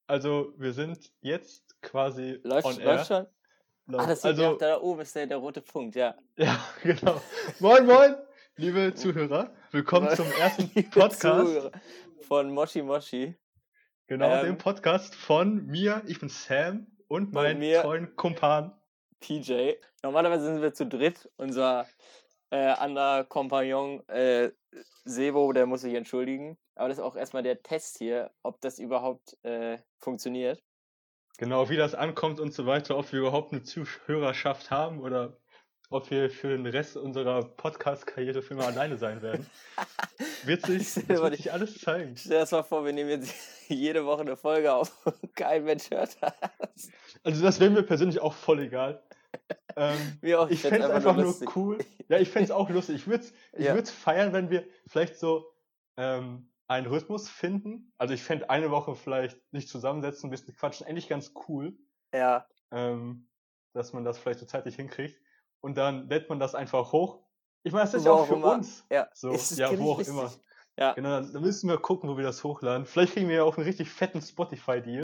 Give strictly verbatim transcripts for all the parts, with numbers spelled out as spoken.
Also, wir sind jetzt quasi Läuft, on läuft air. schon? Ah, das sieht also, da oben ist der, der rote Punkt, ja. Ja, genau. Moin, moin, liebe Zuhörer. Willkommen zum ersten Podcast von Moshi Moshi. Genau, ähm, dem Podcast von mir, ich bin Sam und meinem treuen Kumpan P J. Normalerweise sind wir zu dritt. Unser äh, anderer Kompagnon äh, Sebo, der muss sich entschuldigen. Aber das ist auch erstmal der Test hier, ob das überhaupt äh, funktioniert. Genau, wie das ankommt und so weiter, ob wir überhaupt eine Zuhörerschaft haben oder ob wir für den Rest unserer Podcast-Karriere für immer alleine sein werden. Wird sich, das wird sich alles zeigen. Stell dir das mal vor, wir nehmen jetzt jede Woche eine Folge auf und kein Mensch hört das. Also das wäre mir persönlich auch voll egal. Ähm, auch, ich fände es einfach nur, nur cool. Ja, ich fände es auch lustig. Ich würde es ich ja. feiern, wenn wir vielleicht so ähm, einen Rhythmus finden. Also ich fände eine Woche vielleicht nicht zusammensetzen, ein bisschen quatschen, eigentlich ganz cool. Ja. Ähm, dass man das vielleicht so zeitlich hinkriegt. Und dann lädt man das einfach hoch. Ich meine, das ist ja auch für immer. uns. Ja, so, ja wo auch lustig. Immer. Ja. Genau, dann, dann müssen wir gucken, wo wir das hochladen. Vielleicht kriegen wir ja auch einen richtig fetten Spotify-Deal.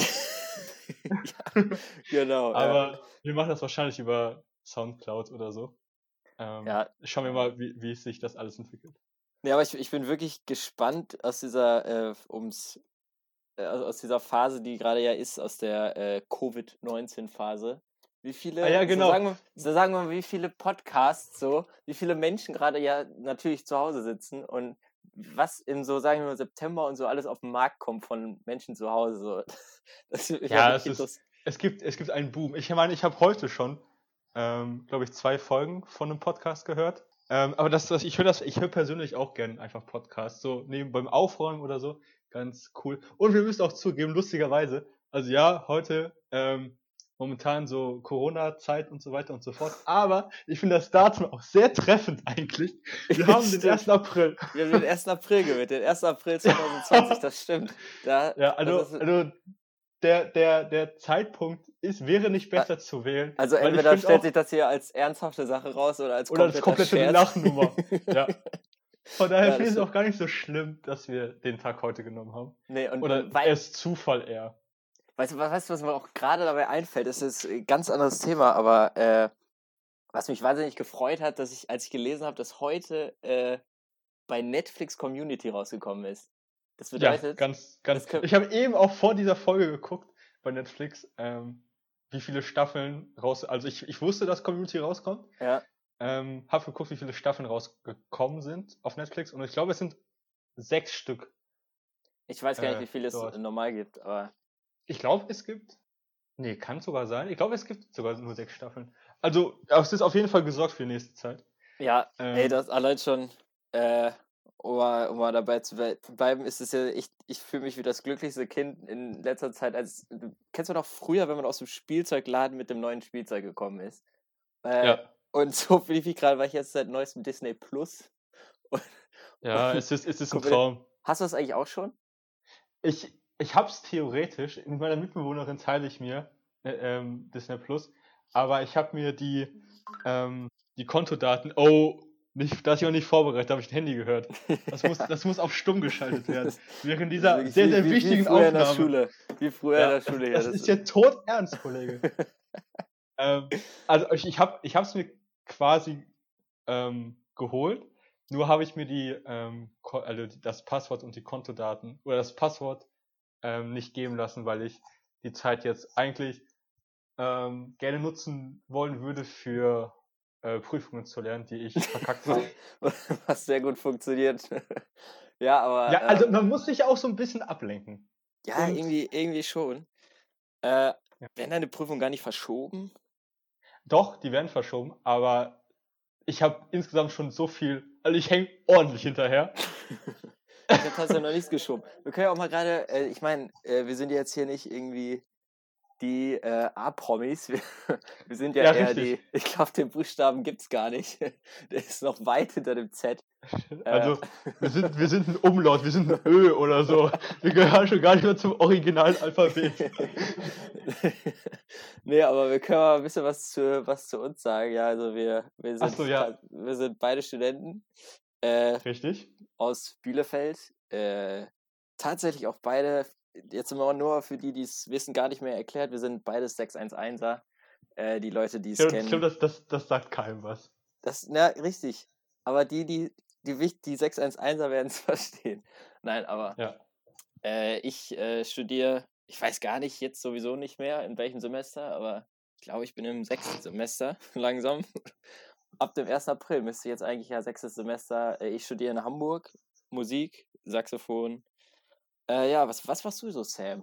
ja, genau. Aber ja. wir machen das wahrscheinlich über Soundcloud oder so. Ähm, ja. Schauen wir mal, wie, wie sich das alles entwickelt. Ja, aber ich, ich bin wirklich gespannt aus dieser, äh, ums, äh, aus dieser Phase, die gerade ja ist, aus der äh, Covid neunzehn Phase. Wie viele, ah, ja, genau. so sagen, wir, so sagen wir mal, wie viele Podcasts, so, wie viele Menschen gerade ja natürlich zu Hause sitzen und was im so, sagen wir mal, September und so alles auf den Markt kommt von Menschen zu Hause. So. Das, ja, es, ist, es, gibt, es gibt einen Boom. Ich meine, ich habe heute schon, ähm, glaube ich, zwei Folgen von einem Podcast gehört. Ähm, aber das, das, ich höre das, ich höre persönlich auch gerne einfach Podcasts, so neben beim Aufräumen oder so, ganz cool. Und wir müssen auch zugeben, lustigerweise, also ja, heute ähm, momentan so Corona-Zeit und so weiter und so fort, aber ich finde das Datum auch sehr treffend eigentlich. Wir haben den ersten April. Wir haben den ersten April gewählt, den ersten April zwanzig zwanzig, das stimmt. Da, ja, also, also der, der, der Zeitpunkt ist, wäre nicht besser zu wählen. Also entweder stellt auch, sich das hier als ernsthafte Sache raus oder als oder als komplette Scherz. Lachnummer. Ja. Von daher ja, finde ich es auch gar nicht so schlimm, dass wir den Tag heute genommen haben. Nee, und, oder und er ist Zufall eher. Weißt du, weißt, was mir auch gerade dabei einfällt? Das ist ein ganz anderes Thema, aber äh, was mich wahnsinnig gefreut hat, dass ich, als ich gelesen habe, dass heute äh, bei Netflix Community rausgekommen ist. Das bedeutet... Ja, ganz, ganz... Ich habe eben auch vor dieser Folge geguckt bei Netflix, ähm, wie viele Staffeln raus... Also ich, ich wusste, dass Community rauskommt. Ja. Ähm, habe geguckt, wie viele Staffeln rausgekommen sind auf Netflix und ich glaube, es sind sechs Stück. Ich weiß gar nicht, wie viele es dort normal gibt, aber... Ich glaube, es gibt... Nee, kann sogar sein. Ich glaube, es gibt sogar nur sechs Staffeln. Also, es ist auf jeden Fall gesorgt für die nächste Zeit. Ja, ähm, ey, das allein schon... Äh, Um mal, um mal dabei zu bleiben, ist es ja, ich, ich fühle mich wie das glücklichste Kind in letzter Zeit. Als, kennst du noch früher, wenn man aus dem Spielzeugladen mit dem neuen Spielzeug gekommen ist? Äh, ja. Und so fühle ich mich gerade, weil ich jetzt seit neuestem Disney Plus. Und, ja, und es ist, es ist ein Traum. Hast du das eigentlich auch schon? Ich, ich hab's theoretisch. Mit meiner Mitbewohnerin teile ich mir äh, ähm, Disney Plus. Aber ich habe mir die, ähm, die Kontodaten... Oh... Nicht, da ich auch nicht vorbereitet, habe ich ein Handy gehört. Das muss, das muss auf stumm geschaltet werden. Während dieser sehr, sehr wie, wichtigen wie früher Aufnahme. In der Schule. Wie früher ja, in der Schule. Das, das, das ist ja todernst, Kollege. ähm, also ich, ich habe ich es mir quasi ähm, geholt. Nur habe ich mir die, ähm, also das Passwort und die Kontodaten oder das Passwort ähm, nicht geben lassen, weil ich die Zeit jetzt eigentlich ähm, gerne nutzen wollen würde für Äh, Prüfungen zu lernen, die ich verkackt habe. Was sehr gut funktioniert. ja, aber... Ja, also ähm, man muss sich auch so ein bisschen ablenken. Ja, Und, irgendwie, irgendwie schon. Äh, ja. Werden deine Prüfungen gar nicht verschoben? Doch, die werden verschoben, aber ich habe insgesamt schon so viel... Also ich hänge ordentlich hinterher. Ich habe tatsächlich noch nichts geschoben. Wir können ja auch mal gerade... Äh, ich meine, äh, wir sind jetzt hier nicht irgendwie... die äh, A-Promis. Wir, wir sind ja, ja eher richtig. die, ich glaube, den Buchstaben gibt's gar nicht. Der ist noch weit hinter dem Z. Also, äh. wir sind, wir sind ein Umlaut, wir sind ein Ö oder so. Wir gehören schon gar nicht mehr zum originalen Alphabet. nee, aber wir können mal ein bisschen was zu, was zu uns sagen. Ja, also wir, wir, sind, so, ja. wir sind beide Studenten. Äh, Richtig. Aus Bielefeld. Äh, tatsächlich auch beide jetzt immer nur für die, die es wissen, gar nicht mehr erklärt. Wir sind beides sechs eins einser. Äh, die Leute, die es Ich kennen. glaube, das, das, das sagt keinem was. Das, na, richtig. Aber die, die, die, die, die sechs eins einser werden es verstehen. Nein, aber Ja. äh, ich äh, studiere, ich weiß gar nicht, jetzt sowieso nicht mehr, in welchem Semester, aber ich glaube, ich bin im sechsten Semester, langsam. Ab dem ersten April müsste jetzt eigentlich ja sechstes Semester. Äh, ich studiere in Hamburg, Musik, Saxophon. Äh, ja, was, was machst du so, Sam?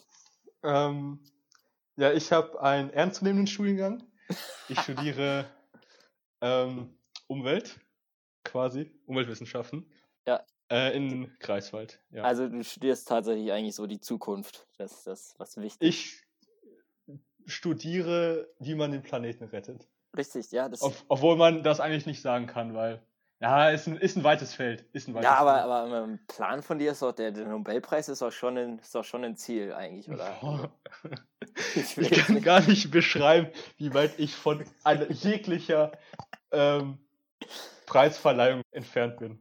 Ähm, ja, ich habe einen ernstzunehmenden Studiengang. Ich studiere ähm, Umwelt, quasi, Umweltwissenschaften. Ja. Äh, in Greifswald, ja. Also du studierst tatsächlich eigentlich so die Zukunft. Das ist das, was wichtig ist. Ich studiere, wie man den Planeten rettet. Richtig, ja. Das Ob, obwohl man das eigentlich nicht sagen kann, weil, ja, ist ein, ist ein weites Feld. Ist ein weites ja, aber, Feld. aber ein Plan von dir ist doch, der, der Nobelpreis ist doch schon ein, ist doch schon ein Ziel eigentlich, oder? Also, ich, ich kann nicht. gar nicht beschreiben, wie weit ich von einer jeglicher ähm, Preisverleihung entfernt bin.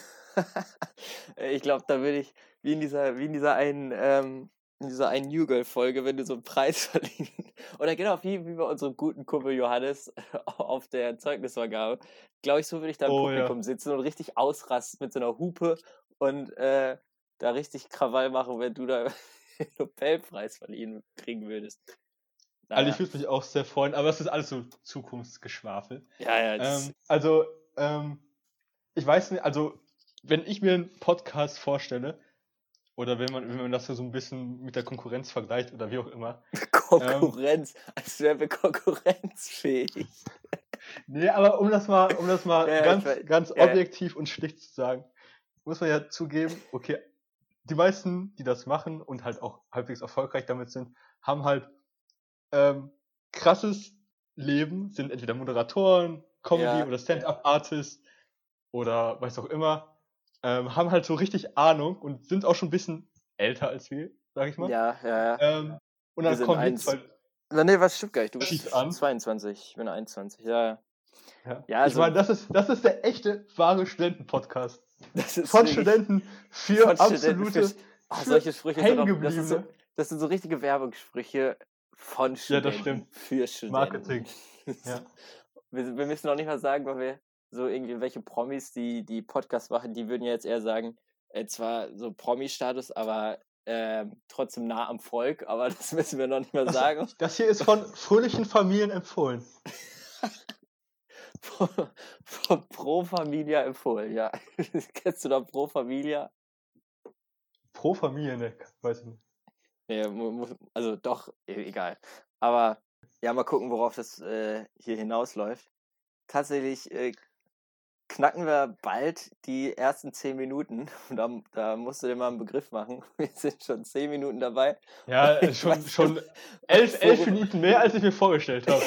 Ich glaube, da würde ich, wie in dieser, wie in dieser einen, ähm, in dieser einen New Girl-Folge, wenn du so einen Preis verliehen. Oder genau, wie, wie bei unserem guten Kumpel Johannes auf der Zeugnisvergabe. Glaube ich, so würde ich da im Oh, Publikum ja. sitzen und richtig ausrasten mit so einer Hupe und äh, da richtig Krawall machen, wenn du da den Nobelpreis verliehen kriegen würdest. Naja. Also ich würde mich auch sehr freuen, aber es ist alles so Zukunftsgeschwafel. Ja, ja. Ähm, also, ähm, ich weiß nicht, also wenn ich mir einen Podcast vorstelle, oder wenn man, wenn man das so ein bisschen mit der Konkurrenz vergleicht oder wie auch immer. Konkurrenz, ähm, als wären wir konkurrenzfähig. Nee, aber um das mal, um das mal ja, ganz, weiß, ganz ja. objektiv und schlicht zu sagen, muss man ja zugeben, okay, die meisten, die das machen und halt auch halbwegs erfolgreich damit sind, haben halt ähm, krasses Leben, sind entweder Moderatoren, Comedy- ja. oder Stand-up-Artists oder was auch immer. Ähm, haben halt so richtig Ahnung und sind auch schon ein bisschen älter als wir, sag ich mal. Ja, ja, ja. Ähm, und dann kommen wir zwei. Nee, was stimmt gar nicht. Du bist an. zweiundzwanzig, ich bin einundzwanzig, ja. ja. ja also, ich meine, das ist, das ist der echte, wahre Studenten-Podcast. Von Studenten für von absolute, Studenten für, oh, solche Sprüche sind doch, das, ist so, das sind so richtige Werbungssprüche von Studenten ja, das stimmt. für Studenten. Marketing, ja. Wir, wir müssen noch nicht mal sagen, weil wir so irgendwie welche Promis, die die Podcasts machen, die würden ja jetzt eher sagen, äh, zwar so Promi-Status, aber äh, trotzdem nah am Volk, aber das müssen wir noch nicht mal sagen. Das, das hier ist von fröhlichen Familien empfohlen. von, von Pro Familia empfohlen, ja. Kennst du da Pro Familia? Pro Familie, ne, weiß ich nicht. Nee, also doch, egal. Aber ja, mal gucken, worauf das äh, hier hinausläuft. Tatsächlich äh, knacken wir bald die ersten zehn Minuten. Da, da musst du dir mal einen Begriff machen. Wir sind schon zehn Minuten dabei. Ja, schon, schon elf, elf Minuten mehr, als ich mir vorgestellt habe.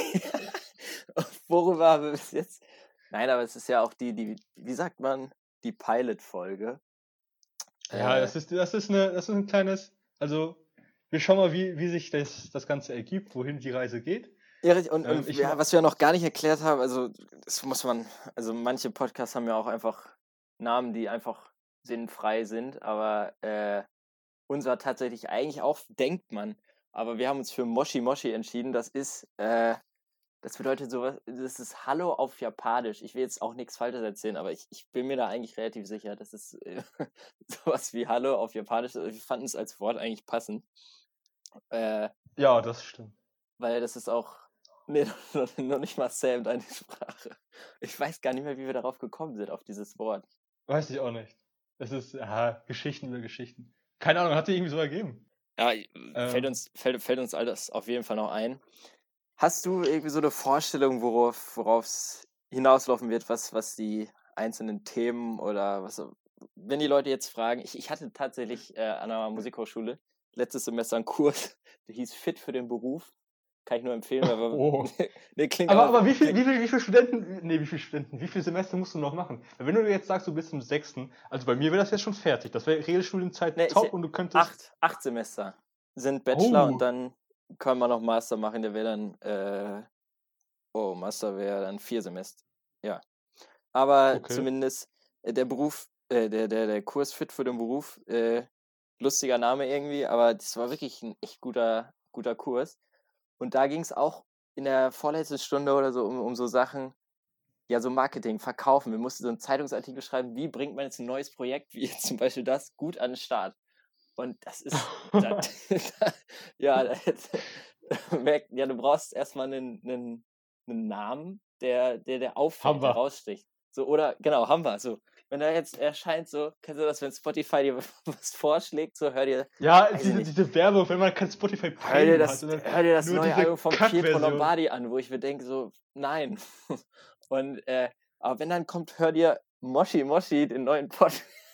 Worüber haben wir bis jetzt? Nein, aber es ist ja auch die, die wie sagt man, die Pilot-Folge. Ja, äh, das ist, das ist eine, das ist ein kleines, also wir schauen mal, wie, wie sich das, das Ganze ergibt, wohin die Reise geht. Ja, und, und ähm, ja, was wir noch gar nicht erklärt haben, also das muss man, also manche Podcasts haben ja auch einfach Namen, die einfach sinnfrei sind, aber äh, unser tatsächlich eigentlich auch, denkt man, aber wir haben uns für Moshi Moshi entschieden, das ist, äh, das bedeutet sowas, das ist Hallo auf Japanisch. Ich will jetzt auch nichts Falsches erzählen, aber ich, ich bin mir da eigentlich relativ sicher, das ist äh, sowas wie Hallo auf Japanisch. Wir fanden es als Wort eigentlich passend. Äh, ja, das stimmt. Weil das ist auch, nee, noch, noch nicht mal Sam, deine Sprache. Ich weiß gar nicht mehr, wie wir darauf gekommen sind, auf dieses Wort. Weiß ich auch nicht. Es ist, ja, Geschichten über Geschichten. Keine Ahnung, hat sich irgendwie so ergeben. Ja, ähm, fällt uns, fällt, fällt uns all das auf jeden Fall noch ein. Hast du irgendwie so eine Vorstellung, worauf es hinauslaufen wird, was, was die einzelnen Themen oder was, wenn die Leute jetzt fragen, ich, ich hatte tatsächlich äh, an einer Musikhochschule letztes Semester einen Kurs, der hieß Fit für den Beruf. Kann ich nur empfehlen, weil wir, oh. nee, klingt aber, aber, aber wie viel, wie viel, wie viel Studenten, nee, wie viele Studenten, wie viele Semester musst du noch machen? Wenn du jetzt sagst, du bist im sechsten, also bei mir wäre das jetzt schon fertig. Das wäre Regelstudienzeit nee, top ich, und du könntest. Acht, acht Semester sind Bachelor oh. und dann können wir noch Master machen, der wäre dann, äh, oh, Master wäre dann vier Semester. Ja. Aber okay. Zumindest äh, der Beruf, äh, der, der, der Kurs Fit für den Beruf, äh, lustiger Name irgendwie, aber das war wirklich ein echt guter, guter Kurs. Und da ging es auch in der vorletzten Stunde oder so um, um so Sachen, ja, so Marketing, Verkaufen. Wir mussten so einen Zeitungsartikel schreiben, wie bringt man jetzt ein neues Projekt, wie jetzt zum Beispiel das, gut an den Start. Und das ist, da, da, ja, da, merkt, ja, du brauchst erstmal einen, einen, einen Namen, der, der, der auffällt, der raussticht. So, oder, genau, haben wir, so. Wenn er jetzt erscheint, so, kennst du das, wenn Spotify dir was vorschlägt, so, hör dir... Ja, diese, diese Werbung, wenn man kein Spotify Premium hör dir das, hat. Hör dir das neue Album von Pietro Lombardi an, wo ich mir denke, so, nein. Und, äh, aber wenn dann kommt, hör dir Moshi Moshi, den neuen, Pod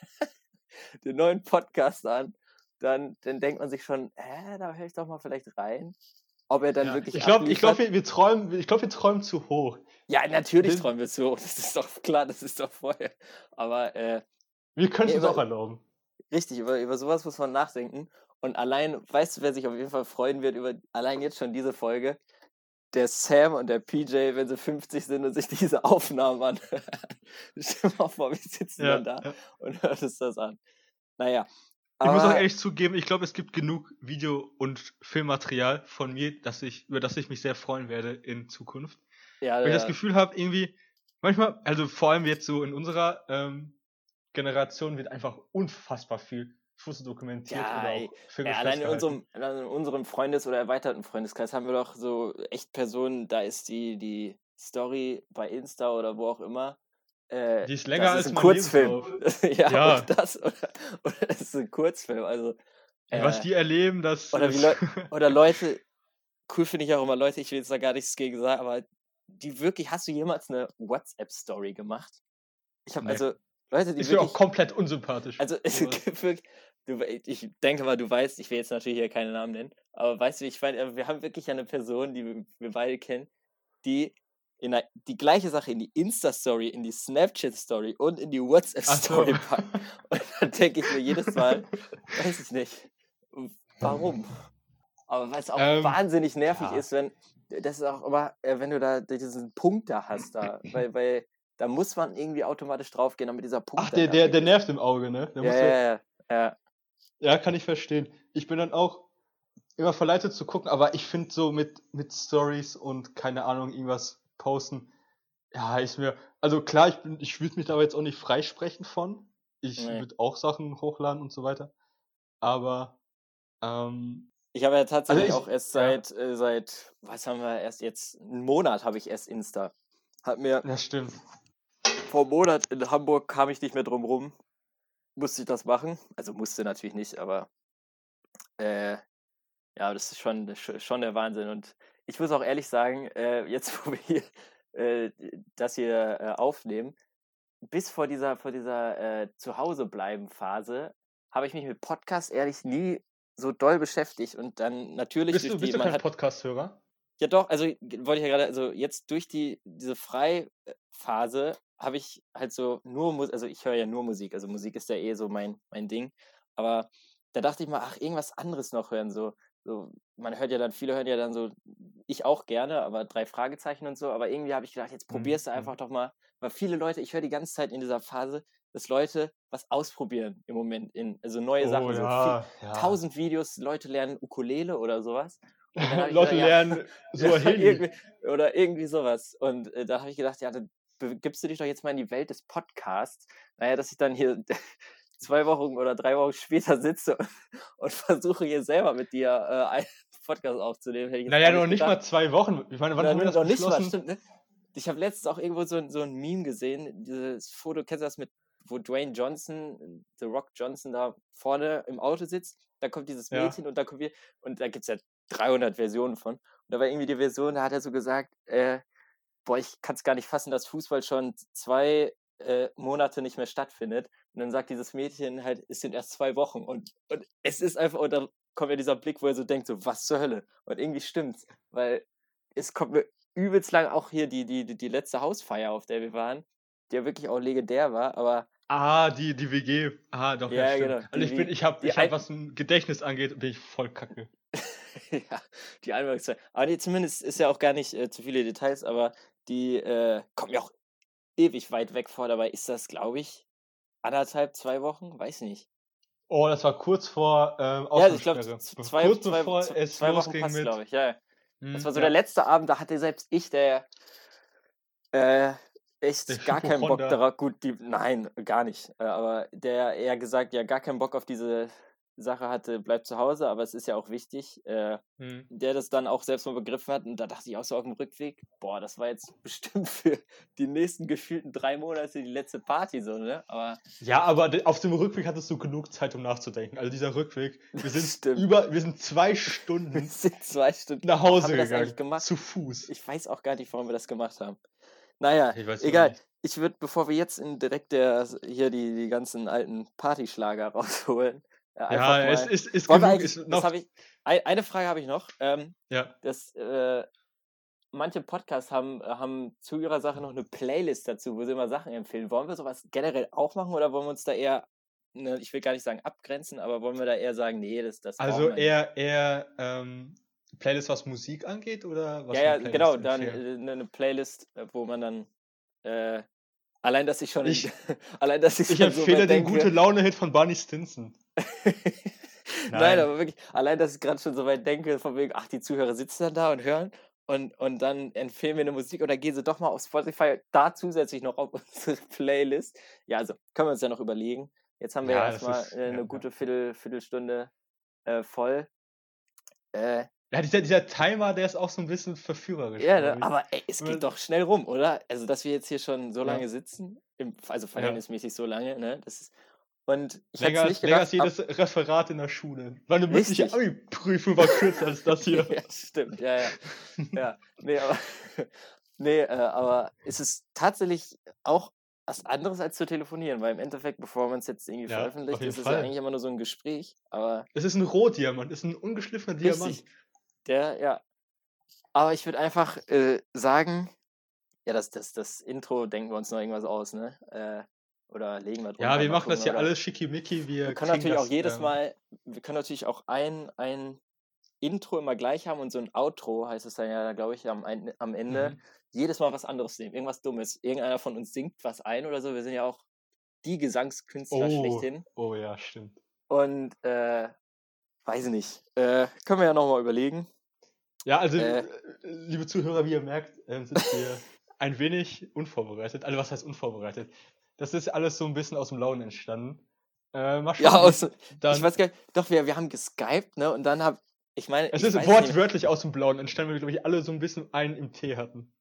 den neuen Podcast an, dann, dann denkt man sich schon, hä, da höre ich doch mal vielleicht rein. Ob er dann ja, wirklich Ich glaube, ich glaub, wir, wir, träumen, ich glaub, wir träumen zu hoch. Ja, natürlich träumen wir zu hoch. Das ist doch klar, das ist doch vorher. Aber äh, wir können es uns auch erlauben. Richtig, über, über sowas muss man nachdenken. Und allein, weißt du, wer sich auf jeden Fall freuen wird über allein jetzt schon diese Folge? Der Sam und der P J, wenn sie fünfzig sind und sich diese Aufnahmen anhören. Stell dir mal vor, wir sitzen ja, dann da ja. und hören uns das an. Naja. Ich muss auch ehrlich zugeben, ich glaube, es gibt genug Video- und Filmmaterial von mir, dass ich, über das ich mich sehr freuen werde in Zukunft. Ja, Weil ja. ich das Gefühl habe, irgendwie, manchmal, also vor allem jetzt so in unserer ähm, Generation wird einfach unfassbar viel Fuß dokumentiert ja, oder auch ja, allein in unserem, in unserem Freundes- oder erweiterten Freundeskreis haben wir doch so echt Personen, da ist die, die Story bei Insta oder wo auch immer. Äh, die ist länger das ist als ein mein Kurzfilm. ja, ja. Oder das oder, oder das ist ein Kurzfilm. Also, äh, was die erleben, das oder, wie Leu- oder Leute, cool finde ich auch immer Leute, ich will jetzt da gar nichts gegen sagen, aber die wirklich, hast du jemals eine WhatsApp-Story gemacht? Ich habe nee. also Leute, die ist wirklich... mir auch komplett unsympathisch. Also es gibt wirklich... Du, ich denke mal, du weißt, ich will jetzt natürlich hier keine Namen nennen, aber weißt du, ich meine, wir haben wirklich eine Person, die wir, wir beide kennen, die in eine, die gleiche Sache in die Insta-Story, in die Snapchat-Story und in die WhatsApp-Story so. packt. Und dann denke ich mir jedes Mal, weiß ich nicht, warum? Aber weil es auch ähm, wahnsinnig nervig ja. ist, wenn, das ist auch immer, wenn du da diesen Punkt da hast, da, weil, weil da muss man irgendwie automatisch draufgehen, damit dieser Punkt... Ach, der, der, der nervt im Auge, ne? Der ja, muss ja, ja, ja. Ja, kann ich verstehen. Ich bin dann auch immer verleitet zu gucken, aber ich finde so mit, mit Stories und keine Ahnung, irgendwas posten, ja, ist mir, also klar, ich bin, ich würde mich da jetzt auch nicht freisprechen von. Ich nee. würde auch Sachen hochladen und so weiter. Aber, ähm, ich habe ja tatsächlich also ich, auch erst seit, ja. äh, seit, was haben wir erst jetzt, einen Monat habe ich erst Insta. Hat mir, ja, stimmt. Vor einem Monat in Hamburg kam ich nicht mehr drum rum. Musste ich das machen. Also musste natürlich nicht, aber äh, ja, das ist schon, schon der Wahnsinn. Und ich muss auch ehrlich sagen, äh, jetzt wo wir hier äh, das hier äh, aufnehmen, bis vor dieser, vor dieser äh, Zuhause-bleiben-Phase habe ich mich mit Podcasts ehrlich nie so doll beschäftigt. Und dann natürlich... Bist durch du, die, bist du man kein hat, Podcast-Hörer? Ja doch, also wollte ich ja gerade, also jetzt durch die diese Freiphase habe ich halt so nur Musik, also ich höre ja nur Musik, also Musik ist ja eh so mein, mein Ding, aber da dachte ich mal, ach, irgendwas anderes noch hören, so, so, man hört ja dann, viele hören ja dann so, ich auch gerne, aber drei Fragezeichen und so, aber irgendwie habe ich gedacht, jetzt probierst du einfach doch mal, weil viele Leute, ich höre die ganze Zeit in dieser Phase, dass Leute was ausprobieren im Moment, in, also neue Oh, Sachen, so ja, viel, ja. tausend Videos, Leute lernen Ukulele oder sowas. Und dann hab ich Leute gedacht, lernen ja, so ja, Heli. irgendwie, oder irgendwie sowas. Und äh, da habe ich gedacht, ja, dann begibst du dich doch jetzt mal in die Welt des Podcasts. Naja, dass ich dann hier zwei Wochen oder drei Wochen später sitze und, und versuche hier selber mit dir äh, einen Podcast aufzunehmen. Hätte ich jetzt Naja, gar noch nicht gedacht. mal zwei Wochen. Ich meine, wann Na, haben wir das noch nicht mal, beschlossen? stimmt, ne? Ich habe letztens auch irgendwo so, so ein Meme gesehen, dieses Foto, kennst du das mit, wo Dwayne Johnson, The Rock Johnson da vorne im Auto sitzt, da kommt dieses Mädchen ja. und da kommen wir, und da gibt es ja dreihundert Versionen von. Und da war irgendwie die Version, da hat er so gesagt, äh, boah, ich kann es gar nicht fassen, dass Fußball schon zwei äh, Monate nicht mehr stattfindet. Und dann sagt dieses Mädchen halt, es sind erst zwei Wochen. Und, und es ist einfach, und dann kommt ja dieser Blick, wo er so denkt, so, was zur Hölle? Und irgendwie stimmt's, weil es kommt mir übelst lang auch hier die, die, die, die letzte Hausfeier, auf der wir waren, die ja wirklich auch legendär war, aber... Ah, die, die W G. Ah, doch, ja, ja stimmt. genau. Also ich bin, ich hab, ich hab, was ein Gedächtnis angeht, bin ich voll kacke. ja, die Einweihungszeit. Aber die, zumindest ist ja auch gar nicht äh, zu viele Details, aber die äh, kommt mir auch ewig weit weg vor. Dabei ist das, glaube ich, anderthalb, zwei Wochen, weiß nicht. Oh, das war kurz vor ähm, Ja, ich glaube, Ausgangssperre. zwei, Kurz zwei, bevor zwei, es zwei Wochen losging passt, mit. glaube ich, ja. ja. Hm, Das war so ja, der letzte Abend, da hatte selbst ich, der äh, der echt gar keinen Bock Hypochonder. darauf, gut, die, nein, gar nicht, äh, aber der eher gesagt, ja, gar keinen Bock auf diese Sache hatte, bleibt zu Hause, aber es ist ja auch wichtig, äh, Hm. der das dann auch selbst mal begriffen hat und da dachte ich auch so auf dem Rückweg, boah, das war jetzt bestimmt für die nächsten gefühlten drei Monate die letzte Party, so, ne, aber... Ja, aber de- auf dem Rückweg hattest du genug Zeit, um nachzudenken. Also dieser Rückweg, wir sind Stimmt. über, wir sind zwei Wir Stunden sind zwei Stunden nach Boah, haben Hause wir das eigentlich gegangen, gemacht? zu Fuß. Ich weiß auch gar nicht, warum wir das gemacht haben. Naja, Ich weiß auch egal. nicht. Ich würde, bevor wir jetzt in direkt der, hier die, die ganzen alten Partyschlager rausholen, äh, einfach Ja, es mal. ist, ist Wollen wir genug, eigentlich, ist das noch. habe ich, ein, eine Frage habe ich noch. Ähm, Ja. das, äh, manche Podcasts haben, haben zu ihrer Sache noch eine Playlist dazu, wo sie immer Sachen empfehlen. Wollen wir sowas generell auch machen oder wollen wir uns da eher, ne, ich will gar nicht sagen abgrenzen, aber wollen wir da eher sagen, nee, das, das Also brauchen wir nicht. eher, eher ähm, Playlist, was Musik angeht, oder was Ja, für ja, eine Playlist genau, dann empfehlen? äh, eine Playlist, äh, wo man dann äh, allein, dass ich schon in, Ich, allein, dass ich ich schon so empfehle weit den denke. gute Laune-Hit von Barney Stinson. Nein, Nein. aber wirklich, allein, dass ich gerade schon so weit denke, von wegen, ach, die Zuhörer sitzen dann da und hören und, und dann empfehlen wir eine Musik oder gehen sie doch mal auf Spotify, da zusätzlich noch auf unsere Playlist. Ja, also können wir uns ja noch überlegen. Jetzt haben wir ja Ja, das erstmal ist. äh, eine Ja, gute ja. Viertel, Viertelstunde äh, voll. Äh, Ja, dieser, dieser Timer, der ist auch so ein bisschen verführerisch, ja, glaube ne, ich. aber ey, es Wenn geht man- doch schnell rum, oder? Also, dass wir jetzt hier schon so Ja. lange sitzen, im, also verhältnismäßig so lange, ne? Das ist, und ich hätte Länger es als, nicht länger gedacht. als ab- jedes Referat in der Schule. Meine mündliche Richtig. Abi-Prüfung war kürzer als das hier. Ja, stimmt, ja, ja. Ja, nee, aber, nee, äh, aber es ist tatsächlich auch was anderes als zu telefonieren, weil im Endeffekt, bevor man es jetzt irgendwie Ja, auf veröffentlicht, jeden ist es ja Fall. eigentlich immer nur so ein Gespräch, aber Es ist ein Rohdiamant, es ist ein ungeschliffener Diamant. richtig, der, ja. Aber ich würde einfach äh, sagen, ja, das, das, das Intro denken wir uns noch irgendwas aus, ne? Äh, oder legen wir drunter. Ja, wir mal machen das gucken, hier oder- alles schickimicki. Wir, Wir können kriegen natürlich das, auch jedes ähm, Mal, wir können natürlich auch ein, ein Intro immer gleich haben und so ein Outro, heißt es dann ja, glaube ich, am, ein- am Ende, Mhm. jedes Mal was anderes nehmen, irgendwas Dummes. Irgendeiner von uns singt was ein oder so. Wir sind ja auch die Gesangskünstler Oh, schlechthin. oh ja, stimmt. Und, äh, weiß ich nicht. Äh, können wir ja nochmal überlegen. Ja, also, Äh. äh, liebe Zuhörer, wie ihr merkt, ähm, sind wir ein wenig unvorbereitet. Also, was heißt unvorbereitet? Das ist alles so ein bisschen aus dem Launen entstanden. Äh, mal schauen, Ja, wie aus, dann, ich weiß gar nicht, doch, wir, wir haben geskypt, ne? Und dann hab, ich meine, es ich ist weiß nicht, wortwörtlich aus dem Blauen entstanden, weil wir, glaube ich, alle so ein bisschen einen im Tee hatten.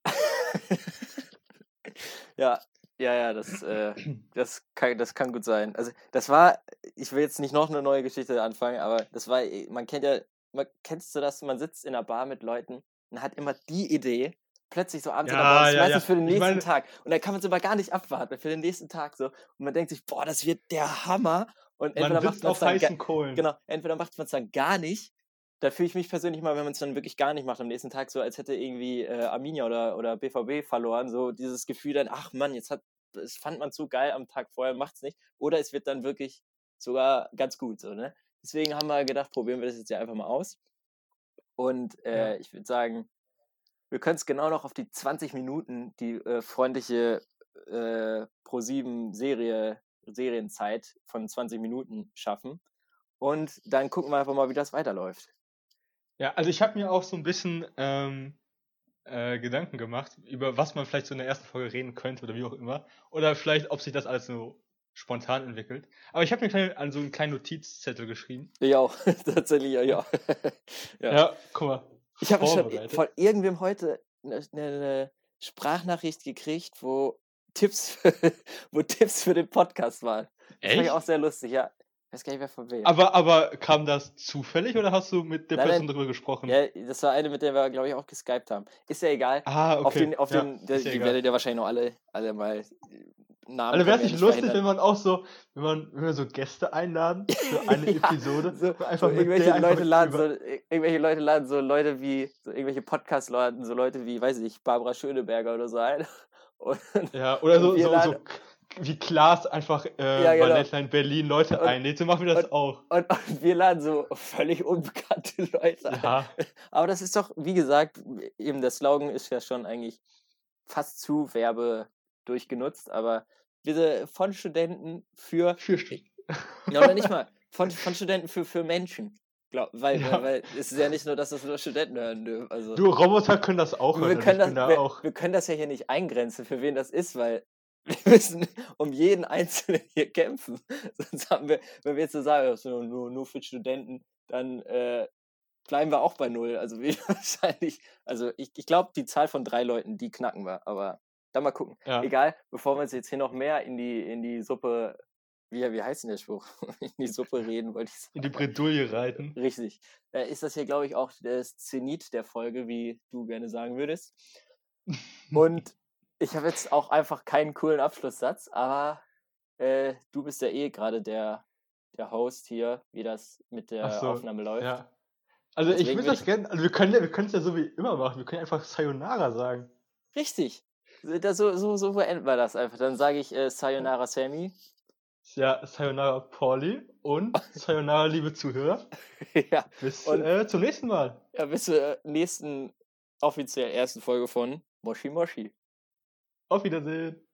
ja, ja, ja, das, äh, das, kann, das kann gut sein. Also, das war, ich will jetzt nicht noch eine neue Geschichte anfangen, aber das war, man kennt ja, man, kennst du das, man sitzt in einer Bar mit Leuten und hat immer die Idee, plötzlich so abends in der Bar, Ja, das ist ja, meistens ja. für den Ich nächsten meine, Tag. Und dann kann man es aber gar nicht abwarten, für den nächsten Tag so. Und man denkt sich, boah, das wird der Hammer. Und entweder man macht sitzt man auf es dann, ga- heißen Kohlen. genau, entweder macht man es dann gar nicht. Da fühle ich mich persönlich mal, wenn man es dann wirklich gar nicht macht, am nächsten Tag so, als hätte irgendwie äh, Arminia oder, oder B V B verloren. So dieses Gefühl dann, ach Mann, jetzt hat, das fand man zu geil am Tag vorher, macht's nicht. Oder es wird dann wirklich sogar ganz gut, so, ne? Deswegen haben wir gedacht, probieren wir das jetzt ja einfach mal aus. Und äh, Ja. ich würde sagen, wir können es genau noch auf die zwanzig Minuten, die äh, freundliche äh, Pro sieben Serie, Serienzeit von zwanzig Minuten schaffen. Und dann gucken wir einfach mal, wie das weiterläuft. Ja, also ich habe mir auch so ein bisschen ähm, äh, Gedanken gemacht, über was man vielleicht so in der ersten Folge reden könnte oder wie auch immer. Oder vielleicht, ob sich das alles so spontan entwickelt. Aber ich habe mir kleine, an so einen kleinen Notizzettel geschrieben. Ich auch, tatsächlich, ja. ja. Ja, ja. guck mal. Ich habe schon vorbereitet. von irgendwem heute eine, eine Sprachnachricht gekriegt, wo Tipps, für, wo Tipps für den Podcast waren. Das fand ich Echt? auch sehr lustig, ja. Ich weiß gar nicht mehr von wem. Aber, aber kam das zufällig oder hast du mit der Nein, Person nein. darüber gesprochen? Ja, das war eine, mit der wir, glaube ich, auch geskypt haben. Ist ja egal. Ah, okay. Auf den, auf ja, den, der, ist ja die egal. werdet ihr wahrscheinlich noch alle, alle mal Namen. Also wäre es können wir ja nicht lustig, verhindern. wenn man auch so, wenn man, wenn wir so Gäste einladen für eine Ja, Episode, so, und einfach so mit irgendwelche der einfach Leute laden über, so irgendwelche Leute laden so Leute wie so irgendwelche Podcast-Leute, so Leute wie, weiß ich nicht, Barbara Schöneberger oder so ein. Und, ja, oder und so, wir so, laden, so k- wie Klaas einfach äh, Ja, bei genau. Letline Berlin Leute Und- einlädt, so machen wir das auch. und, und wir laden so völlig unbekannte Leute ein. Ja, Aber das ist doch, wie gesagt, eben der Slogan ist ja schon eigentlich fast zu Werbe durchgenutzt, aber wir sind von Studenten für, vier Stunden. ja, oder nicht mal, von, von Studenten für, für Menschen. Glaub, weil, Ja. weil, weil es ist ja nicht nur, dass das nur Studenten hören dürfen. Also, Du, Roboter können das auch wir, hören. können ich das, bin da wir, auch. wir können das ja hier nicht eingrenzen, für wen das ist, weil wir müssen um jeden Einzelnen hier kämpfen. Sonst haben wir, wenn wir jetzt so sagen, das ist nur, nur, nur für Studenten, dann äh, bleiben wir auch bei null. Also wie wahrscheinlich, also ich, ich glaube, die Zahl von drei Leuten, die knacken wir, aber dann mal gucken. Ja. Egal, bevor wir uns jetzt hier noch mehr in die, in die Suppe, wie, wie heißt denn der Spruch? In die Suppe reden, wollte ich sagen. In die Bredouille reiten. Richtig. Äh, ist das hier, glaube ich, auch das Zenit der Folge, wie du gerne sagen würdest. Und ich habe jetzt auch einfach keinen coolen Abschlusssatz, aber äh, du bist ja eh gerade der, der Host hier, wie das mit der Ach so, Aufnahme läuft. Ja. Also Deswegen ich würde würd das gerne, also wir können ja, wir können es ja so wie immer machen. Wir können einfach Sayonara sagen. Richtig. Da, so, so, so beenden wir das einfach. Dann sage ich äh, Sayonara Sammy. Ja, Sayonara Pauli und Sayonara, liebe Zuhörer. Ja. Bis Und- äh, zum nächsten Mal. Ja, bis zur nächsten offiziell ersten Folge von Moshi Moshi. Auf Wiedersehen.